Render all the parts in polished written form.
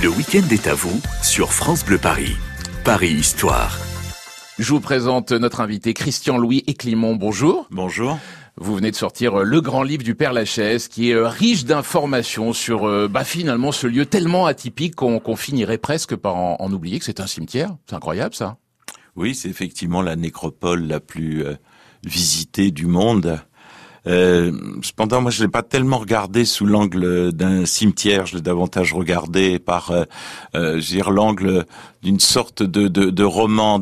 Le week-end est à vous sur France Bleu Paris. Paris Histoire. Je vous présente notre invité Christian-Louis Éclimont. Bonjour. Bonjour. Vous venez de sortir le grand livre du Père Lachaise qui est riche d'informations sur finalement ce lieu tellement atypique qu'on finirait presque par en oublier que c'est un cimetière. C'est incroyable ça. Oui, c'est effectivement la nécropole la plus visitée du monde. Cependant, moi, je l'ai pas tellement regardé sous l'angle d'un cimetière. Je l'ai davantage regardé par, l'angle d'une sorte de roman,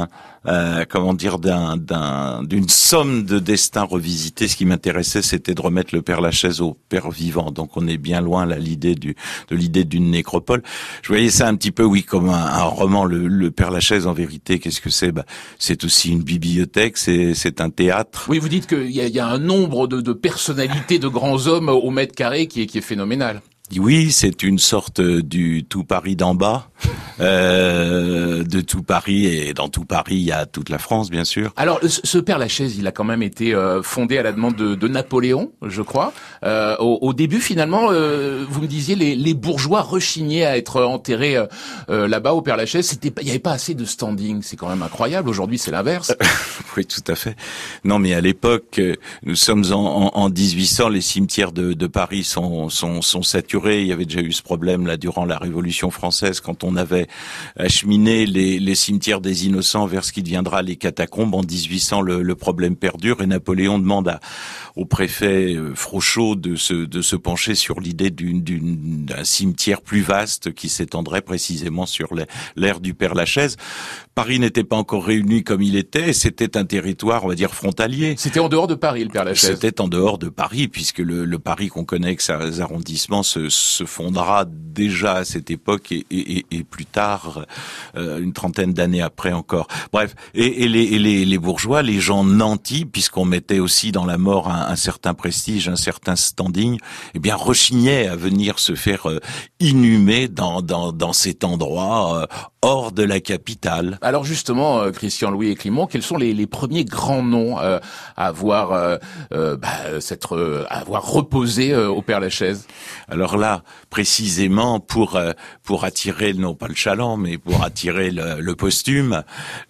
d'une somme de destins revisités. Ce qui m'intéressait, c'était de remettre le Père Lachaise au Père vivant. Donc, on est bien loin là l'idée d'une nécropole. Je voyais ça un petit peu, oui, comme un roman. Le Père Lachaise, en vérité, qu'est-ce que c'est ? C'est aussi une bibliothèque. C'est un théâtre. Oui, vous dites qu'il y a un nombre de personnalités, de grands hommes au mètre carré qui est phénoménal. Oui, c'est une sorte du tout Paris d'en bas, de tout Paris, et dans tout Paris, il y a toute la France, bien sûr. Alors, ce Père Lachaise, il a quand même été fondé à la demande de Napoléon, je crois. Au début, finalement, vous me disiez, les bourgeois rechignaient à être enterrés là-bas au Père Lachaise. Il n'y avait pas assez de standing. C'est quand même incroyable. Aujourd'hui, c'est l'inverse. Oui, tout à fait. Non, mais à l'époque, nous sommes en 1800, les cimetières de Paris sont saturés. Il y avait déjà eu ce problème là durant la Révolution française, quand on avait acheminé les cimetières des innocents vers ce qui deviendra les catacombes. En 1800, le problème perdure et Napoléon demande au préfet Frochot de se pencher sur l'idée d'un cimetière plus vaste qui s'étendrait précisément sur l'aire du Père Lachaise. Paris n'était pas encore réuni comme il était, c'était un territoire, on va dire, frontalier. C'était en dehors de Paris, le Père Lachaise. C'était en dehors de Paris, puisque le Paris qu'on connaît avec ses arrondissements se fondera déjà à cette époque et plus tard, une trentaine d'années après encore. Bref, et les bourgeois, les gens nantis, puisqu'on mettait aussi dans la mort un certain prestige, un certain standing, eh bien rechignaient à venir se faire inhumer dans cet endroit hors de la capitale. Alors justement, Christian-Louis Éclimont, quels sont les premiers grands noms à avoir reposé au Père Lachaise ? Alors là, précisément pour attirer, non pas le chaland, mais pour attirer le posthume,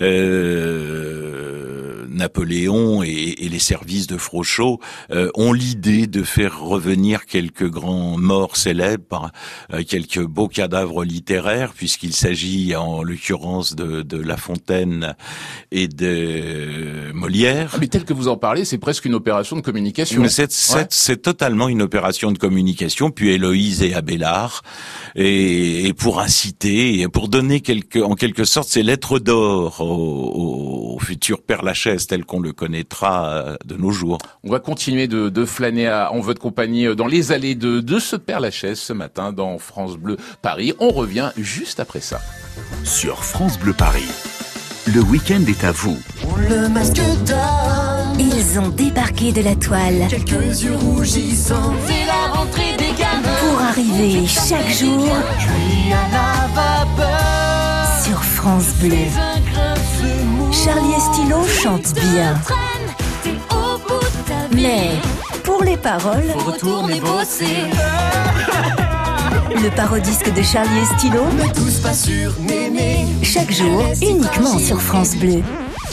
Napoléon et les services de Frochot ont l'idée de faire revenir quelques grands morts célèbres, quelques beaux cadavres littéraires, puisqu'il s'agit en l'occurrence de La Fontaine et de Molière. Mais tel que vous en parlez, c'est presque une opération de communication. Mais c'est totalement une opération de communication, puis Héloïse et Abélard, et pour inciter, et pour donner en quelque sorte ces lettres d'or au futur Père Lachaise tel qu'on le connaîtra de nos jours. On va continuer de flâner en votre compagnie dans les allées de ce Père Lachaise ce matin dans France Bleu Paris. On revient juste après ça. Sur France Bleu Paris, le week-end est à vous. Le masque d'homme. Ils ont débarqué de la toile. Quelques yeux rougissants. C'est la rentrée des gamins. Pour arriver chaque jour Cuit à la vapeur. sur France Bleu. Charlie Estileau chante bien. Mais pour les paroles, Retournez bosser. le parodisque de Charlie Estileau, Mais tous pas sur Néné. chaque jour uniquement sur France Bleu.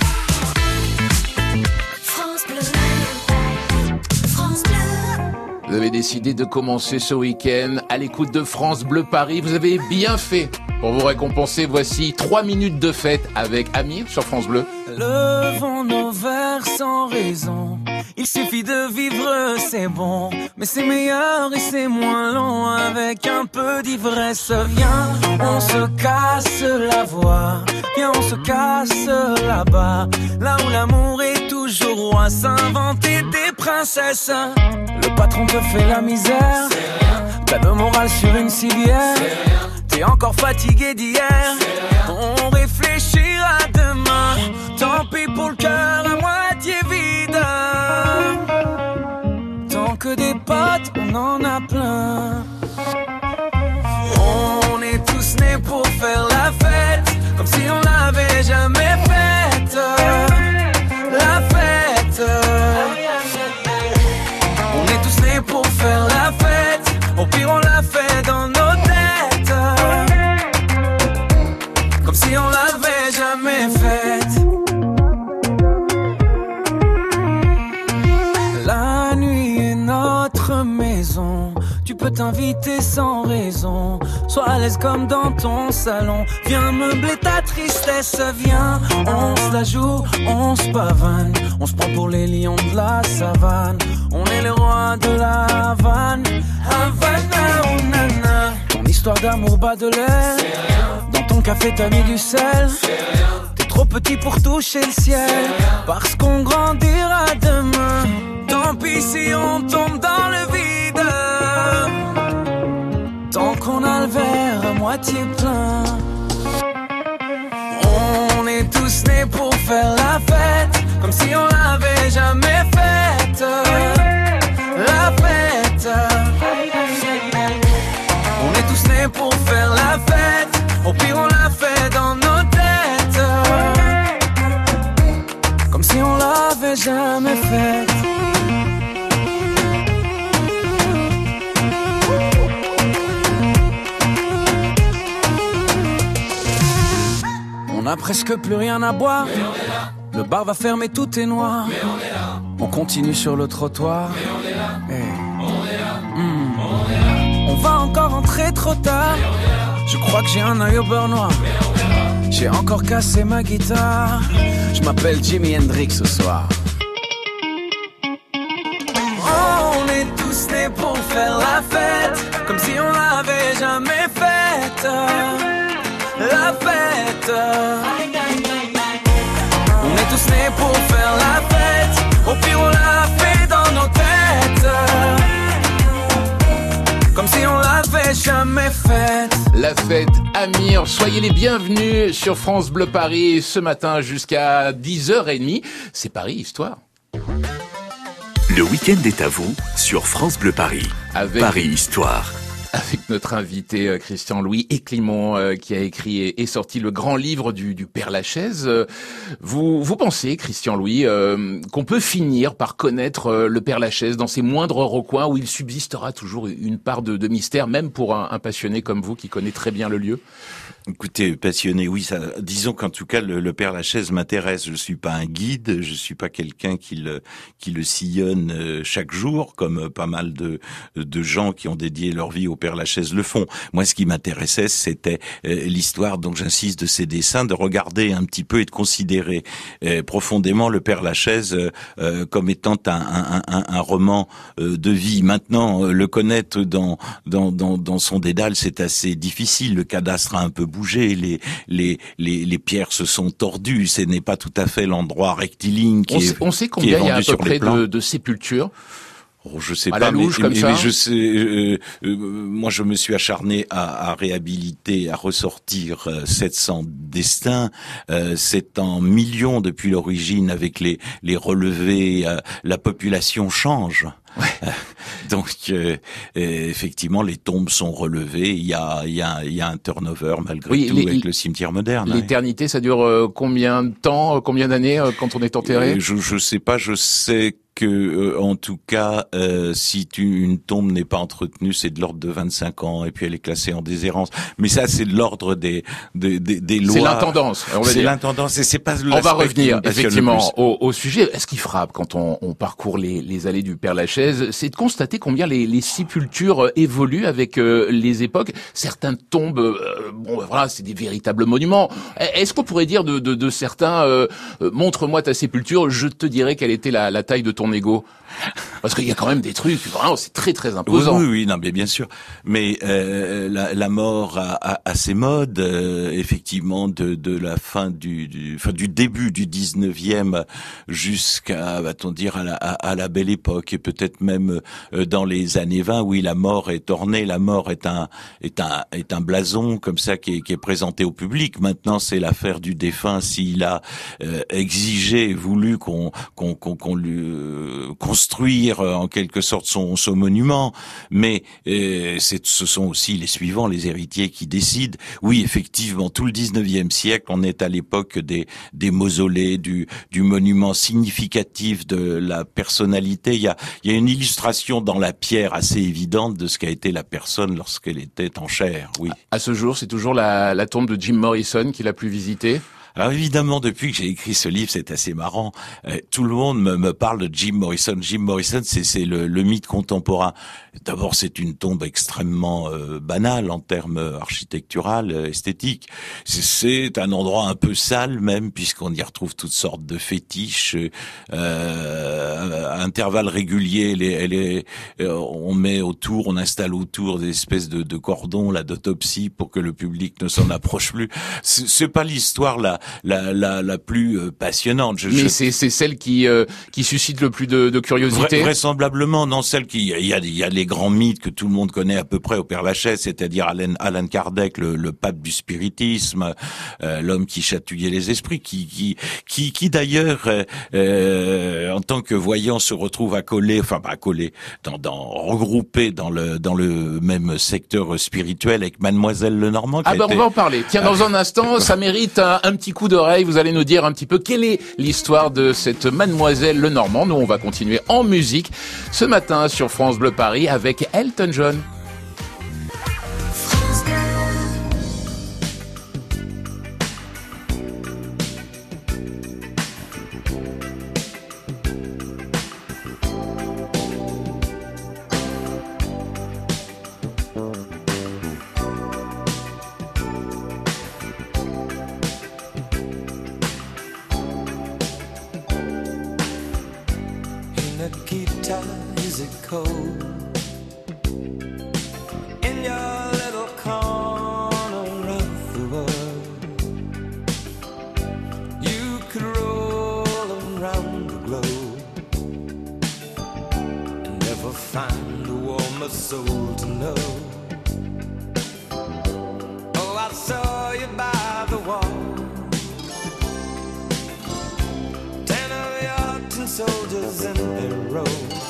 France Bleu. France Bleu. Vous avez décidé de commencer ce week-end à l'écoute de France Bleu Paris. Vous avez bien fait. Pour vous récompenser, voici 3 minutes de fête avec Amir sur France Bleu. Levons nos verres sans raison. Il suffit de vivre, c'est bon. Mais c'est meilleur et c'est moins long avec un peu d'ivresse. Viens, on se casse la voix. Viens, on se casse là-bas. Là où l'amour est toujours roi. S'inventer des princesses. Le patron te fait la misère. T'as de morale sur une civière. T'es encore fatigué d'hier. On réfléchira demain. Tant pis pour le cœur à moitié vide. Tant que des potes, on en a plein. On est tous nés pour faire la fête, comme si on l'avait jamais faite. La fête. On est tous nés pour faire la fête. Au pire on la fait dans nos têtes. t'inviter sans raison. Sois à l'aise comme dans ton salon. Viens meubler ta tristesse, viens. On se la joue, on se pavane. On se prend pour les lions de la savane. On est les rois de la Havane. Havana, oh nana. Ton histoire d'amour bat de l'air. Dans ton café t'as mis du sel. T'es trop petit pour toucher le ciel. Parce qu'on grandira demain. Tant pis si on tombe dans le vide. Tant qu'on a le verre à moitié plein. On est tous nés pour faire la fête. Comme si on l'avait jamais faite. La fête. On est tous nés pour faire la fête. Au pire on l'a fait dans nos têtes. Comme si on l'avait jamais faite. On a presque plus rien à boire. Le bar va fermer, tout est noir. On continue sur le trottoir. On va encore rentrer trop tard. Je crois que j'ai un œil au beurre noir. J'ai encore cassé ma guitare. Je m'appelle Jimi Hendrix ce soir. Oh, on est tous nés pour faire la fête. Comme si on l'avait jamais faite. La fête. On est tous nés pour faire la fête. Au pire on l'a fait dans nos têtes. Comme si on l'avait jamais faite. La fête Amir, soyez les bienvenus sur France Bleu Paris ce matin jusqu'à 10h30. C'est Paris Histoire. Le week-end est à vous sur France Bleu Paris. Avec Paris Histoire. Avec notre invité Christian-Louis Éclimont qui a écrit et sorti le grand livre du Père Lachaise. Vous pensez, Christian-Louis, qu'on peut finir par connaître le Père Lachaise dans ses moindres recoins où il subsistera toujours une part de mystère, même pour un passionné comme vous qui connaît très bien le lieu? Écoutez, passionné, oui, ça, disons qu'en tout cas, le Père Lachaise m'intéresse. Je suis pas un guide, je suis pas quelqu'un qui le sillonne chaque jour, comme pas mal de gens qui ont dédié leur vie au Père Lachaise le font. Moi, ce qui m'intéressait, c'était l'histoire, donc j'insiste, de ses dessins, de regarder un petit peu et de considérer profondément le Père Lachaise comme étant un roman de vie. Maintenant, le connaître dans son dédale, c'est assez difficile. Le cadastre a un peu bougé, les pierres se sont tordues, ce n'est pas tout à fait l'endroit rectiligne on sait combien il y a à peu près de sépultures. Oh, je sais à pas, la louche, comme ça. Mais je sais. Moi, je me suis acharné à réhabiliter, à ressortir 700 destins. C'est en millions depuis l'origine, avec les relevés. La population change. Ouais. Donc, effectivement, les tombes sont relevées. Il y a un turnover malgré tout avec le cimetière moderne. L'éternité, ça dure combien de temps, combien d'années quand on est enterré? Je sais pas. Je sais que en tout cas, si une tombe n'est pas entretenue, c'est de l'ordre de 25 ans, et puis elle est classée en déshérence. Mais ça, c'est de l'ordre des lois. C'est l'intendance. C'est l'intendance, et c'est pas. On va revenir effectivement au sujet. Ce qui frappe quand on parcourt les allées du Père Lachaise, c'est de constater combien les sépultures évoluent avec les époques. Certaines tombes, c'est des véritables monuments. Est-ce qu'on pourrait dire de certains, montre-moi ta sépulture, je te dirai quelle était la taille de ton ego? Parce qu'il y a quand même des trucs, vraiment, c'est très très imposant. Oui, non, mais bien sûr. Mais la mort a ses modes, effectivement, de la fin du début du 19e jusqu'à, va-t-on dire, à la belle époque, et peut-être même dans les années 20, oui, la mort est ornée, la mort est un blason comme ça qui est présenté au public. Maintenant, c'est l'affaire du défunt s'il a exigé, voulu qu'on lui construire en quelque sorte son monument, mais ce sont aussi les suivants, les héritiers qui décident. Oui, effectivement, tout le 19e siècle, on est à l'époque des mausolées, du monument significatif de la personnalité. Il y a une illustration dans la pierre assez évidente de ce qu'a été la personne lorsqu'elle était en chair. Oui. À ce jour, c'est toujours la tombe de Jim Morrison qui l'a plus visitée. Alors évidemment, depuis que j'ai écrit ce livre, c'est assez marrant. Tout le monde me parle de Jim Morrison. Jim Morrison, c'est le mythe contemporain. D'abord, c'est une tombe extrêmement banale en termes architectural, esthétiques. C'est un endroit un peu sale même, puisqu'on y retrouve toutes sortes de fétiches. À intervalles réguliers, on met autour, on installe autour des espèces de cordons là d'autopsie pour que le public ne s'en approche plus. C'est pas l'histoire la plus passionnante. Mais c'est celle qui suscite le plus de curiosité. Vraisemblablement, non, celle qui il y a les grands mythes que tout le monde connaît à peu près au Père-Lachaise, c'est-à-dire Alan Kardec, le pape du spiritisme, l'homme qui chatouillait les esprits, qui d'ailleurs en tant que voyant se retrouve regroupé dans le même secteur spirituel avec Mademoiselle Lenormand. On va en parler. Tiens, dans un instant, ça mérite un petit coup d'oreille. Vous allez nous dire un petit peu quelle est l'histoire de cette Mademoiselle Lenormand. Nous, on va continuer en musique ce matin sur France Bleu Paris avec Elton John. Nikita, is it cold in your little corner of the world? You could roll around the globe and never find a warmer soul to know. Oh, I saw you by the wall, 10 of your tin soldiers in their row,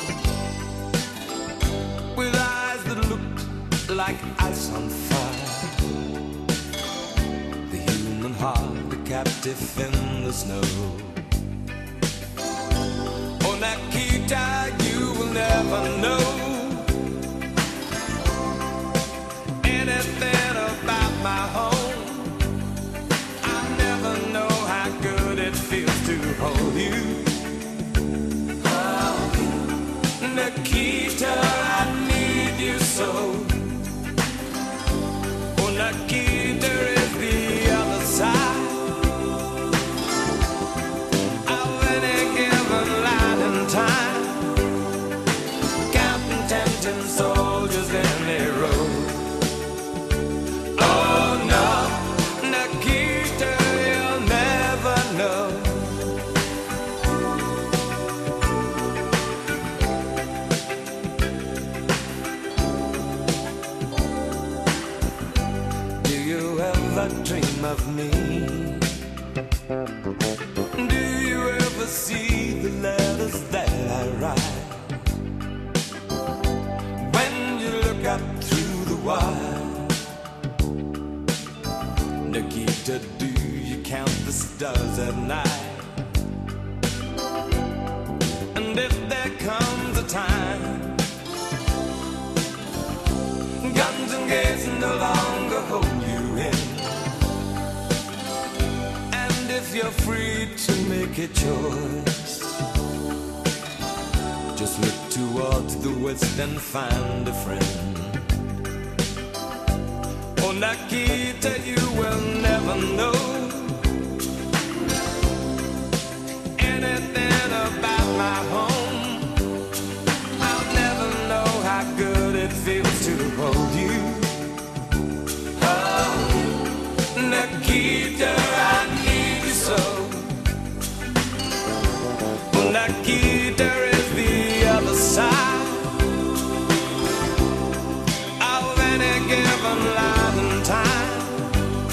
with eyes that looked like ice on fire, the human heart a captive in the snow. Oh, Nikita, you will never know anything about my home. I never know how good it feels to hold you. Nikita, I need you so. Oh, Nikita is the other side of any given line and time, counting 10 soldiers in their row. Oh no, Nikita, you'll never know. Dream of me? Do you ever see the letters that I write? When you look up through the wire, Nikita, do you count the stars at night? And if there comes a time guns and gates no longer hold you in, if you're free to make a choice, just look towards the west and find a friend. Oh, Nikita, you will never know anything about my home. I'll never know how good it feels to hold you. Oh, Nikita, I need you so. Oh, Nikita is the other side of any given line and time,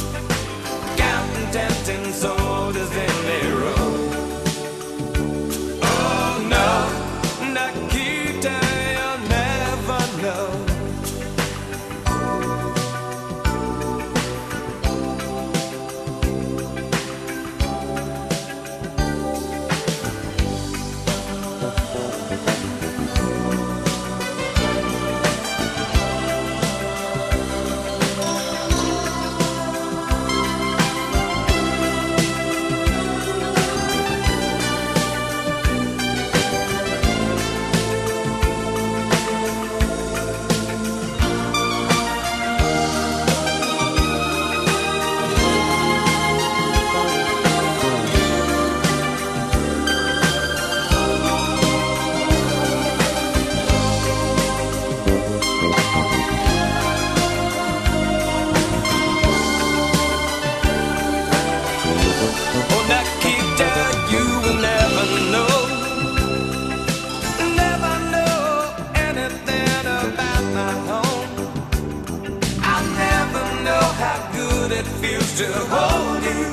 it feels to hold you.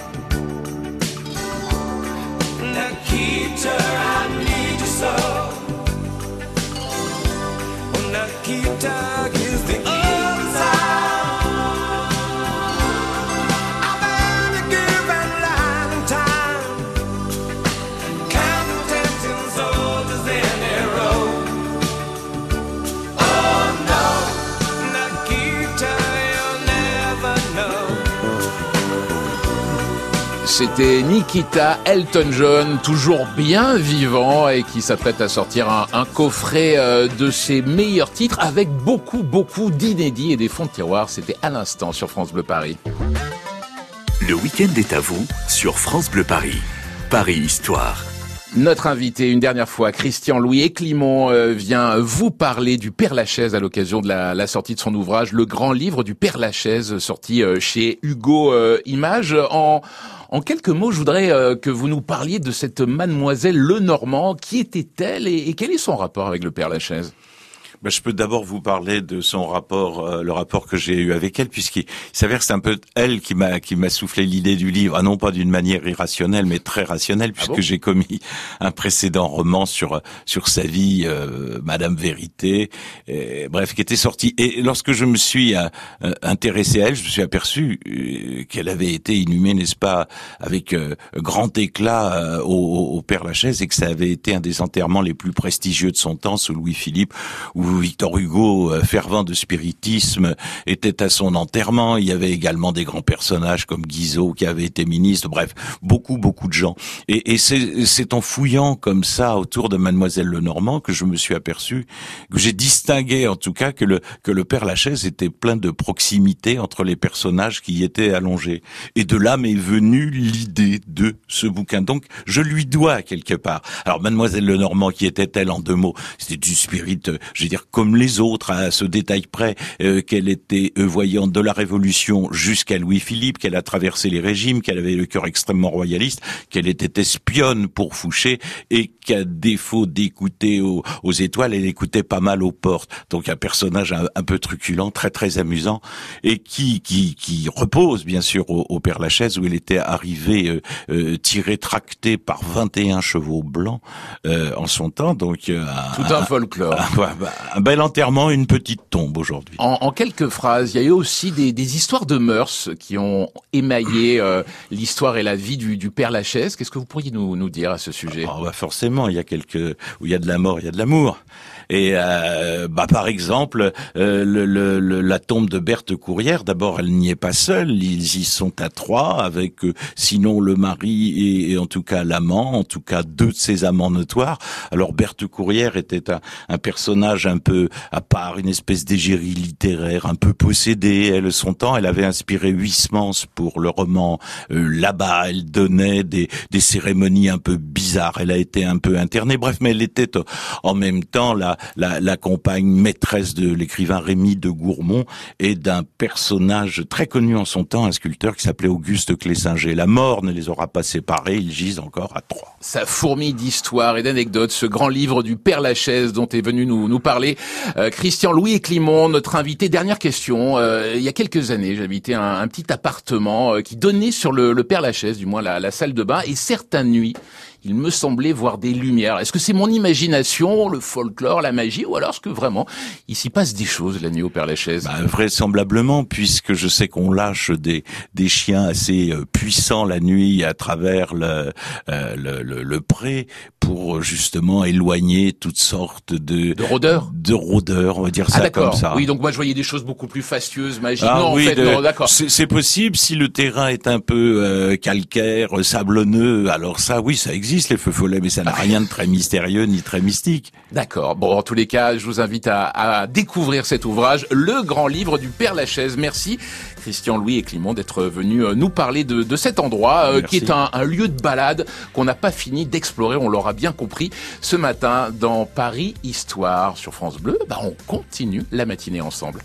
Nikita, I need you so. Nikita is the other side. I've been a given line time, counting tempting soldiers in a row. Oh no, Nikita, you'll never know. C'était Nikita Elton John, toujours bien vivant et qui s'apprête à sortir un coffret de ses meilleurs titres avec beaucoup d'inédits et des fonds de tiroir. C'était à l'instant sur France Bleu Paris. Le week-end est à vous sur France Bleu Paris. Paris Histoire. Notre invité, une dernière fois, Christian-Louis Éclimont, vient vous parler du Père-Lachaise à l'occasion de la sortie de son ouvrage, Le Grand Livre du Père-Lachaise, sorti chez Hugo Images. En quelques mots, je voudrais que vous nous parliez de cette mademoiselle Lenormand. Qui était-elle et quel est son rapport avec le Père-Lachaise ? Ben, je peux d'abord vous parler de son rapport, le rapport que j'ai eu avec elle, puisqu'il s'avère que c'est un peu elle qui m'a soufflé l'idée du livre, non pas d'une manière irrationnelle, mais très rationnelle, puisque j'ai commis un précédent roman sur sa vie, Madame Vérité, bref, qui était sorti. Et lorsque je me suis intéressé à elle, je me suis aperçu qu'elle avait été inhumée, n'est-ce pas, avec grand éclat au Père-Lachaise, et que ça avait été un des enterrements les plus prestigieux de son temps sous Louis-Philippe, où Victor Hugo, fervent de spiritisme, était à son enterrement. Il y avait également des grands personnages comme Guizot qui avait été ministre, bref, beaucoup de gens. Et c'est en fouillant comme ça autour de Mademoiselle Lenormand que je me suis aperçu, que j'ai distingué en tout cas que le Père-Lachaise était plein de proximité entre les personnages qui y étaient allongés. Et de là m'est venue l'idée de ce bouquin. Donc je lui dois quelque part. Alors Mademoiselle Lenormand, qui était-elle en deux mots? C'était du spirit, je veux dire, comme les autres, à ce détail près, qu'elle était voyante de la Révolution jusqu'à Louis-Philippe, qu'elle a traversé les régimes, qu'elle avait le cœur extrêmement royaliste, qu'elle était espionne pour Fouché, et qu'à défaut d'écouter aux étoiles, elle écoutait pas mal aux portes. Donc un personnage un peu truculent, très amusant, et qui repose bien sûr au Père-Lachaise, où elle était arrivée tirée, tractée par 21 chevaux blancs en son temps. Donc tout un folklore. Un bel enterrement, une petite tombe aujourd'hui. En quelques phrases, il y a eu aussi des histoires de mœurs qui ont émaillé l'histoire et la vie du Père-Lachaise. Qu'est-ce que vous pourriez nous dire à ce sujet ? Forcément, il y a où il y a de la mort, il y a de l'amour. Et par exemple, la tombe de Berthe Courrière, d'abord, elle n'y est pas seule, ils y sont à trois, avec sinon le mari et en tout cas l'amant, en tout cas deux de ses amants notoires. Alors Berthe Courrière était un personnage un peu à part, une espèce d'égérie littéraire, un peu possédée. Elle, son temps, elle avait inspiré Huysmans pour le roman Là-bas. Elle donnait des cérémonies un peu bizarres. Elle a été un peu internée. Bref, mais elle était en même temps la compagne maîtresse de l'écrivain Rémy de Gourmont et d'un personnage très connu en son temps, un sculpteur qui s'appelait Auguste Clessinger. La mort ne les aura pas séparés, ils gisent encore à trois. Ça fourmille d'histoires et d'anecdotes, ce grand livre du Père-Lachaise dont est venu nous parler Christian-Louis Éclimont, notre invité. Dernière question, il y a quelques années, j'habitais un petit appartement qui donnait sur le Père-Lachaise, du moins la salle de bain, et certaines nuits, il me semblait voir des lumières. Est-ce que c'est mon imagination, le folklore, la magie, ou alors est-ce que vraiment il s'y passe des choses la nuit au Père-Lachaise ? Vraisemblablement, puisque je sais qu'on lâche des chiens assez puissants la nuit à travers le pré pour justement éloigner toutes sortes de rôdeurs. De rôdeurs, on va dire ça comme ça. Oui, donc moi je voyais des choses beaucoup plus fastueuses, magiques. Non, d'accord. C'est possible si le terrain est un peu calcaire, sablonneux. Alors ça, oui, ça existe les feux follets, mais ça n'a rien de très mystérieux ni très mystique. D'accord. Bon, en tous les cas, je vous invite à découvrir cet ouvrage, Le Grand Livre du Père-Lachaise. Merci Christian-Louis Éclimont d'être venu nous parler de cet endroit qui est un lieu de balade qu'on n'a pas fini d'explorer, on l'aura bien compris, ce matin dans Paris Histoire sur France Bleu. On continue la matinée ensemble.